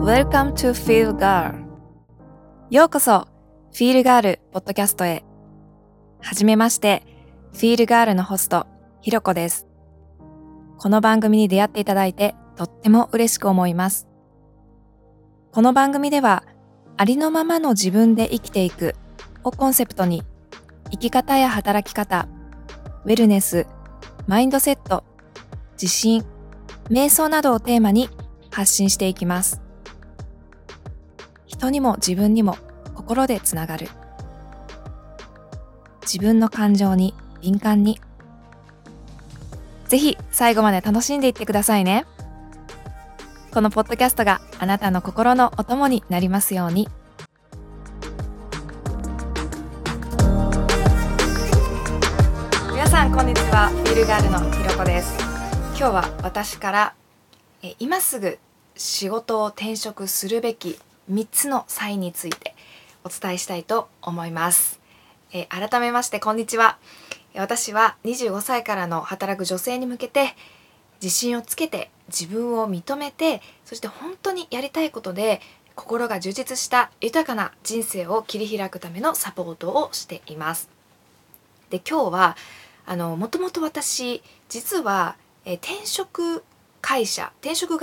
Welcome to Feel Girl ようこそ Feel Girl ポッドキャストへ。はじめまして、Feel Girl のホストひろこです。この番組に出会っていただいてとっても嬉しく思います。この番組ではありのままの自分で生きていくをコンセプトに、生き方や働き方、ウェルネス、マインドセット、自信、瞑想などをテーマに発信していきます。人にも自分にも心でつながる。自分の感情に敏感に。ぜひ最後まで楽しんでいってくださいね。このポッドキャストがあなたの心のお供になりますように。皆さんこんにちは、フィールガールのひろこです。今日は私から今すぐ仕事を転職するべき3つのサインについてお伝えしたいと思います。改めましてこんにちは。私は25歳からの働く女性に向けて、自信をつけて自分を認めて、そして本当にやりたいことで心が充実した豊かな人生を切り開くためのサポートをしています。で、今日はもともと私実は転職会社、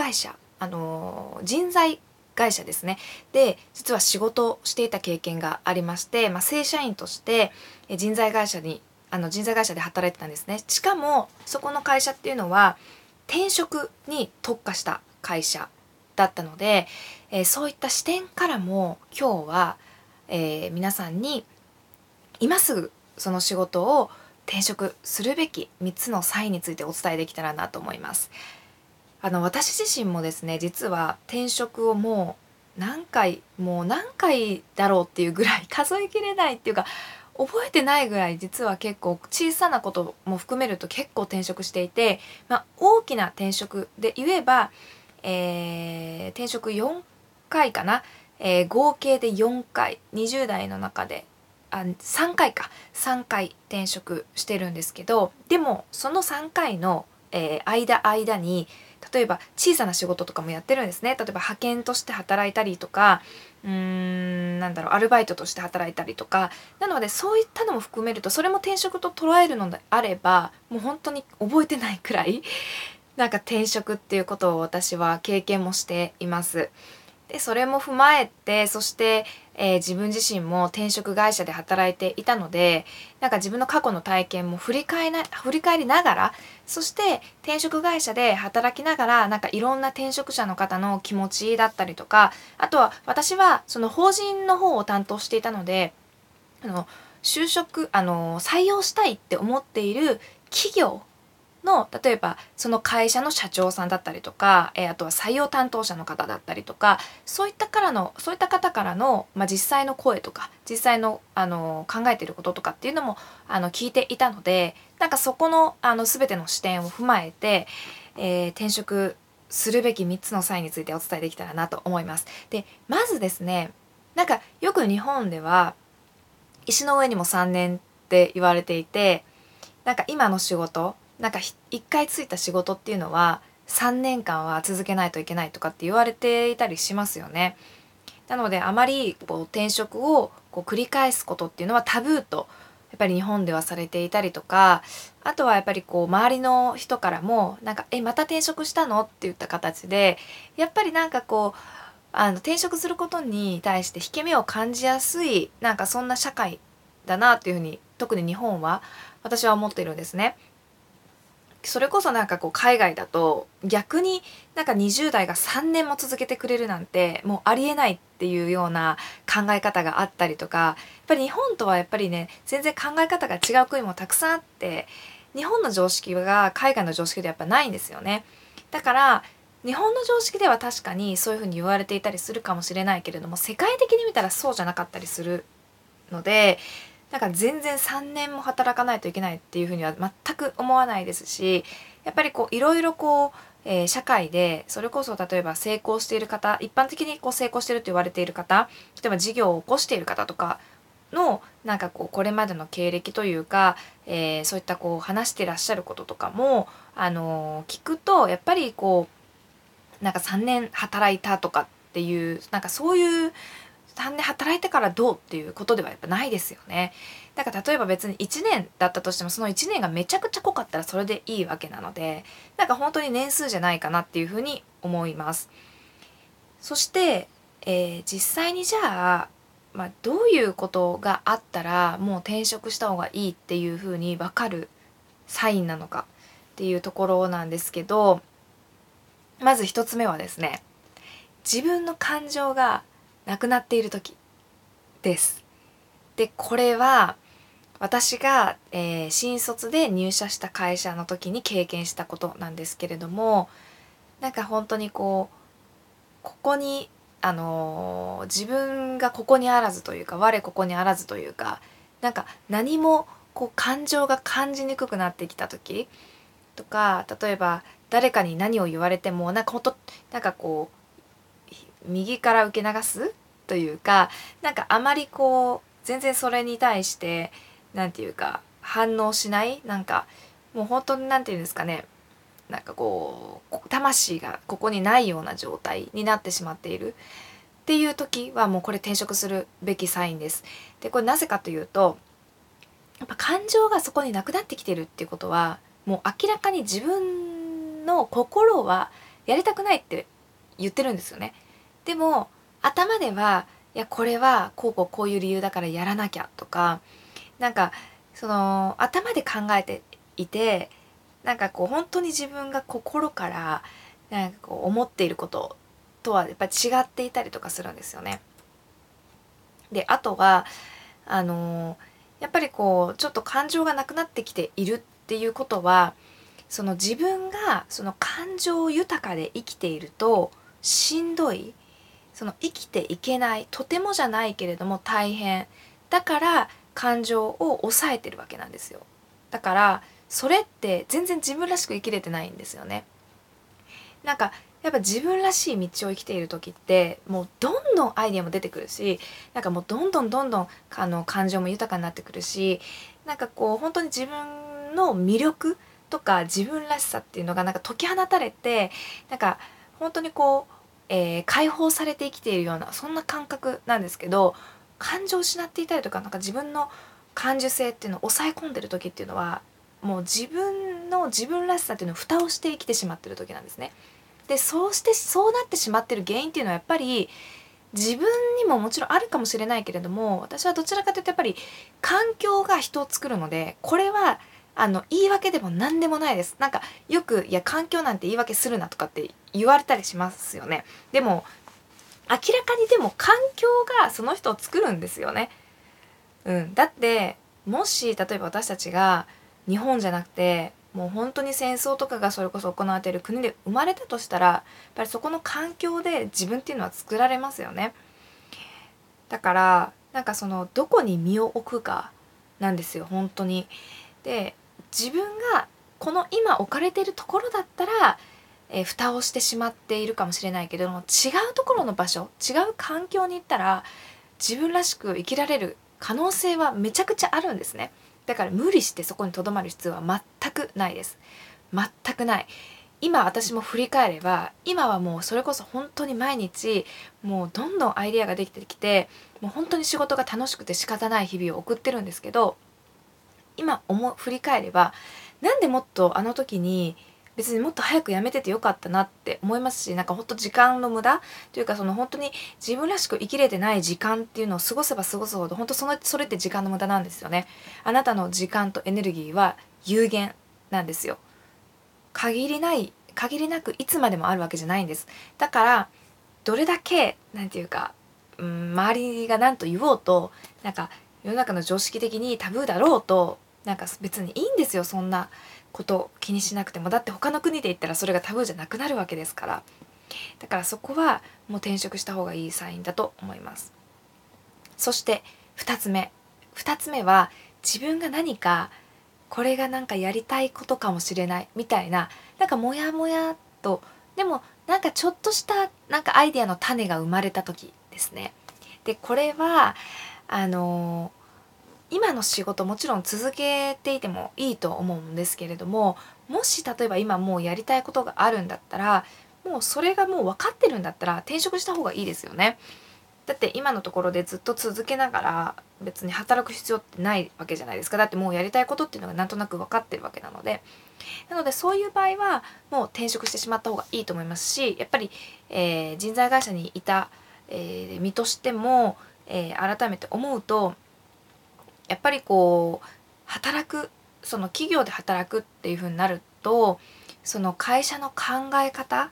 人材会社ですね。で、実は仕事をしていた経験がありまして、正社員として人材会社で働いてたんですね。しかもそこの会社っていうのは転職に特化した会社だったので、そういった視点からも今日は、皆さんに今すぐその仕事を転職するべき3つのサインについてお伝えできたらなと思います。私自身もですね、実は転職をもう何回だろうっていうぐらい、数えきれないっていうか覚えてないぐらい、実は結構小さなことも含めると結構転職していて、大きな転職で言えば、転職4回かな、合計で4回、20代の中で3回転職してるんですけど、でもその3回の、間に例えば小さな仕事とかもやってるんですね。例えば派遣として働いたりとか、アルバイトとして働いたりとか。なのでそういったのも含めると、それも転職と捉えるのであれば、もう本当に覚えてないくらい転職っていうことを私は経験もしています。で、それも踏まえて、そして、自分自身も転職会社で働いていたので、自分の過去の体験も振り返りながら、そして転職会社で働きながら、いろんな転職者の方の気持ちだったりとか、あとは私はその法人の方を担当していたので、採用したいって思っている企業の、例えばその会社の社長さんだったりとか、あとは採用担当者の方だったりとか、そういった方からの、実際の声とか、実際の、考えていることとかっていうのも聞いていたので、そこの全ての視点を踏まえて、転職するべき3つのサインについてお伝えできたらなと思います。で、まずですね、よく日本では石の上にも3年って言われていて、今の仕事、一回ついた仕事っていうのは3年間は続けないといけないとかって言われていたりしますよね。なのであまり転職を繰り返すことっていうのはタブーとやっぱり日本ではされていたりとか、あとはやっぱり周りの人からもまた転職したのって言った形で、やっぱり転職することに対して引け目を感じやすい、そんな社会だなっていうふうに、特に日本は私は思っているんですね。それこそ海外だと逆に20代が3年も続けてくれるなんてもうありえないっていうような考え方があったりとか、やっぱり日本とはやっぱりね、全然考え方が違う国もたくさんあって、日本の常識が海外の常識ではやっぱないんですよね。だから日本の常識では確かにそういうふうに言われていたりするかもしれないけれども、世界的に見たらそうじゃなかったりするので、全然3年も働かないといけないっていうふうには全く思わないですし、やっぱりいろいろ社会でそれこそ例えば成功している方、一般的に成功していると言われている方、例えば事業を起こしている方とかのこれまでの経歴というか、そういった話してらっしゃることとかも聞くと、やっぱり3年働いたとかっっていう、なんかそういう3年働いてからどうっていうことではやっぱないですよね。だから例えば別に1年だったとしても、その1年がめちゃくちゃ濃かったらそれでいいわけなので、なんか本当に年数じゃないかなっていうふうに思います。そして、実際にじゃあ、どういうことがあったらもう転職した方がいいっていうふうに分かるサインなのかっていうところなんですけど、まず一つ目はですね、自分の感情がなくなっている時です。でこれは私が、新卒で入社した会社の時に経験したことなんですけれども、なんか本当にここに自分がここにあらずというか、我ここにあらずというか、なんか何も感情が感じにくくなってきた時とか、例えば誰かに何を言われてもなんかなんか右から受け流すというか、なんかあまり全然それに対してなんていうか反応しない、なんかもう本当になんていうんですかね、なんか魂がここにないような状態になってしまっているっていう時は、もうこれ転職するべきサインです。でこれなぜかというと、やっぱ感情がそこになくなってきてるっていうことは、もう明らかに自分の心はやりたくないって言ってるんですよね。でも頭では、いやこれはこういう理由だからやらなきゃとか、なんかその頭で考えていて、なんか本当に自分が心からなんか思っていることとはやっぱり違っていたりとかするんですよね。であとはやっぱりちょっと感情がなくなってきているっていうことは、その自分がその感情豊かで生きているとしんどい、その生きていけない、とてもじゃないけれども大変だから感情を抑えてるわけなんですよ。だからそれって全然自分らしく生きれてないんですよね。なんかやっぱ自分らしい道を生きている時ってもうどんどんアイデアも出てくるし、なんかもうどんどん感情も豊かになってくるし、なんか本当に自分の魅力とか自分らしさっていうのがなんか解き放たれて、なんか本当に解放されて生きているような、そんな感覚なんですけど、感情を失っていたりとか、なんか自分の感受性っていうのを抑え込んでる時っていうのは、もう自分らしさっていうのを蓋をして生きてしまってる時なんですね。でそうなってしまってる原因っていうのはやっぱり自分にももちろんあるかもしれないけれども、私はどちらかというとやっぱり環境が人を作るので、これは言い訳でも何でもないです。なんかよくいや環境なんて言い訳するなとかって言われたりしますよね。でも明らかにでも環境がその人を作るんですよね。だってもし例えば私たちが日本じゃなくてもう本当に戦争とかがそれこそ行われている国で生まれたとしたら、やっぱりそこの環境で自分っていうのは作られますよね。だからなんかそのどこに身を置くかなんですよ本当に。で自分がこの今置かれているところだったら、蓋をしてしまっているかもしれないけれども、違うところの場所、違う環境に行ったら自分らしく生きられる可能性はめちゃくちゃあるんですね。だから無理してそこにとどまる必要は全くないです。全くない。今私も振り返れば、今はもうそれこそ本当に毎日もうどんどんアイデアができてきて、もう本当に仕事が楽しくて仕方ない日々を送ってるんですけど、今振り返れば、なんでもっとあの時に別にもっと早くやめててよかったなって思いますし、なんか本当時間の無駄というか、その本当に自分らしく生きれてない時間っていうのを過ごせば過ごすほど本当それって時間の無駄なんですよね。あなたの時間とエネルギーは有限なんですよ。限りなくいつまでもあるわけじゃないんです。だからどれだけなんていうか、周りが何と言おうと、なんか世の中の常識的にタブーだろうと、なんか別にいいんですよ、そんなこと気にしなくても。だって他の国で言ったらそれがタブーじゃなくなるわけですから。だからそこはもう転職した方がいいサインだと思います。そして2つ目は、自分が何かこれがなんかやりたいことかもしれないみたいな、なんかモヤモヤと、でもなんかちょっとしたなんかアイデアの種が生まれた時ですね。でこれは今の仕事もちろん続けていてもいいと思うんですけれども、もし例えば今もうやりたいことがあるんだったら、 もうそれがもう分かってるんだったら転職した方がいいですよね。だって今のところでずっと続けながら別に働く必要ってないわけじゃないですか。だってもうやりたいことっていうのがなんとなく分かってるわけなので、そういう場合はもう転職してしまった方がいいと思いますし、やっぱり、人材会社にいた、身としても、改めて思うと、やっぱりこう働く、その企業で働くっていう風になると、その会社の考え方、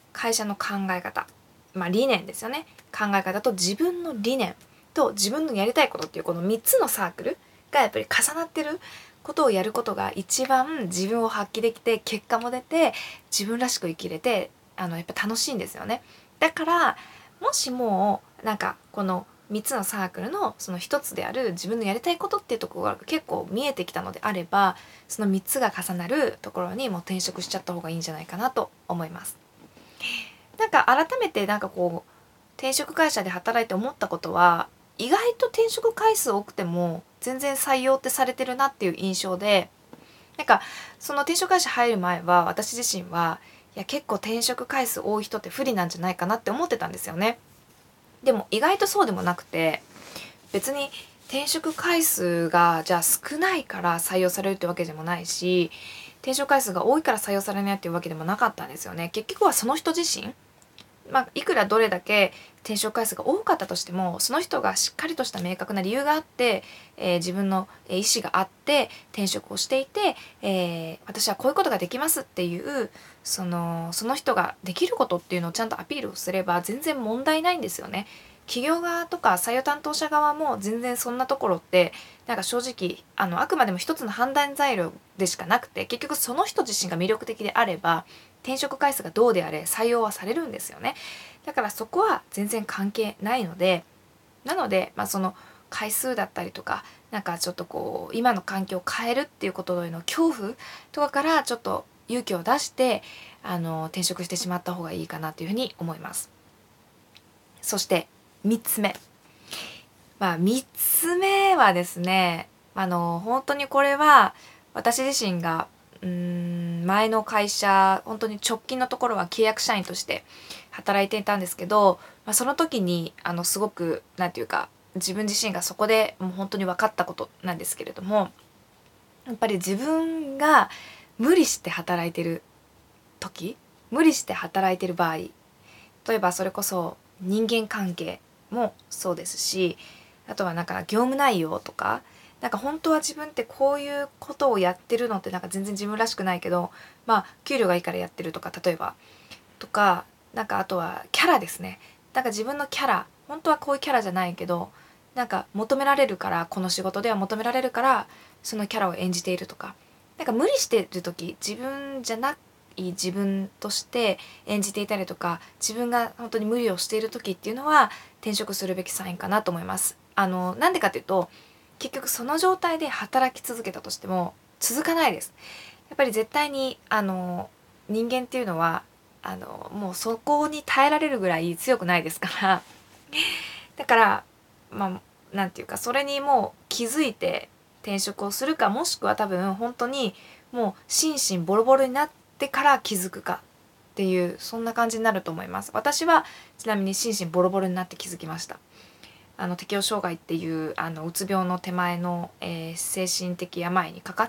理念ですよね。考え方と自分の理念と自分のやりたいことっていうこの3つのサークルがやっぱり重なってることをやることが一番自分を発揮できて、結果も出て、自分らしく生きれて、やっぱ楽しいんですよね。だからもしもこの3つのサークルのその1つである自分のやりたいことっていうところが結構見えてきたのであれば、その3つが重なるところにもう転職しちゃった方がいいんじゃないかなと思います。改めて転職会社で働いて思ったことは、意外と転職回数多くても全然採用ってされてるなっていう印象で、その転職会社入る前は私自身はいや結構転職回数多い人って不利なんじゃないかなって思ってたんですよね。でも意外とそうでもなくて、別に転職回数がじゃあ少ないから採用されるってわけでもないし、転職回数が多いから採用されないっていうわけでもなかったんですよね。結局はその人自身、いくらどれだけ転職回数が多かったとしても、その人がしっかりとした明確な理由があって、自分の意思があって転職をしていて、私はこういうことができますっていうその人ができることっていうのをちゃんとアピールをすれば全然問題ないんですよね。企業側とか採用担当者側も全然そんなところって正直あくまでも一つの判断材料でしかなくて、結局その人自身が魅力的であれば転職回数がどうであれ採用はされるんですよね。だからそこは全然関係ないので、その回数だったりとかちょっとこう今の環境を変えるっていうことへの恐怖とかからちょっと勇気を出して転職してしまった方がいいかなというふうに思います。そして3つ目、3つ目はですね、本当にこれは私自身が前の会社、本当に直近のところは契約社員として働いていたんですけど、その時にすごく自分自身がそこでもう本当に分かったことなんですけれども、やっぱり自分が無理して働いてる時、無理して働いてる場合、例えばそれこそ人間関係もそうですし、あとは業務内容とか、本当は自分ってこういうことをやってるのって全然自分らしくないけど、給料がいいからやってるとか、例えばとか、あとはキャラですね。自分のキャラ、本当はこういうキャラじゃないけど求められるから、この仕事では求められるからそのキャラを演じているとか、無理してる時、自分じゃない自分として演じていたりとか、自分が本当に無理をしている時っていうのは転職するべきサインかなと思います。なんでかっていうと、結局その状態で働き続けたとしても続かないです。やっぱり絶対に人間っていうのはもうそこに耐えられるぐらい強くないですからだからなんていうか、それにもう気づいて転職をするか、もしくは多分本当にもう心身ボロボロになってから気づくかっていう、そんな感じになると思います。私はちなみに心身ボロボロになって気づきました。適応障害っていううつ病の手前の、精神的病にかかって、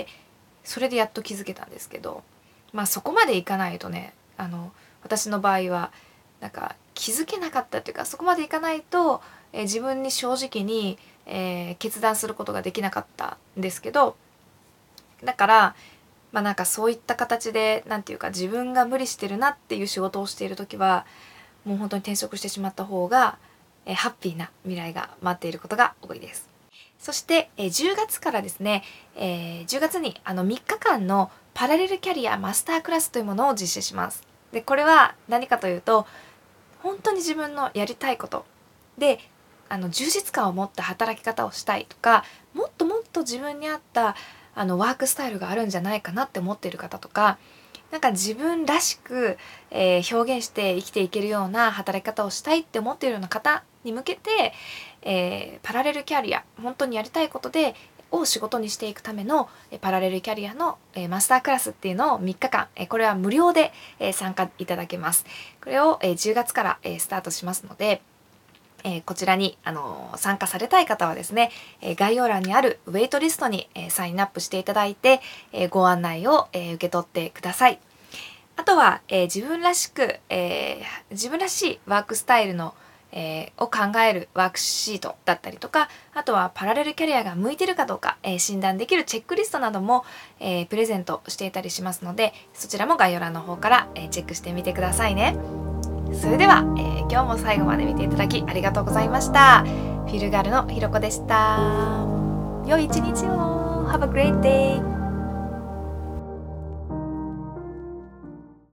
それでやっと気づけたんですけど、そこまでいかないとね、私の場合は気づけなかったっていうか、そこまでいかないと、自分に正直に、決断することができなかったんですけど、だからそういった形で自分が無理してるなっていう仕事をしている時はもう本当に転職してしまった方がハッピーな未来が待っていることが多いです。そして10月からですね、10月に3日間のパラレルキャリアマスタークラスというものを実施します。で、これは何かというと、本当に自分のやりたいことで充実感を持った働き方をしたいとか、もっともっと自分に合ったワークスタイルがあるんじゃないかなって思っている方とか、自分らしく、表現して生きていけるような働き方をしたいって思っているような方に向けて、パラレルキャリア、本当にやりたいことでを仕事にしていくためのパラレルキャリアのマスタークラスっていうのを3日間これは無料で参加いただけます。これを10月からスタートしますので、こちらに参加されたい方はですね、概要欄にあるウェイトリストにサインアップしていただいてご案内を受け取ってください。あとは自分らしく自分らしいワークスタイルのを考えるワークシートだったりとか、あとはパラレルキャリアが向いてるかどうか診断できるチェックリストなどもプレゼントしていたりしますので、そちらも概要欄の方からチェックしてみてくださいね。それでは、今日も最後まで見ていただきありがとうございました。フィルガルのひろこでした。良い一日を。Have a great day!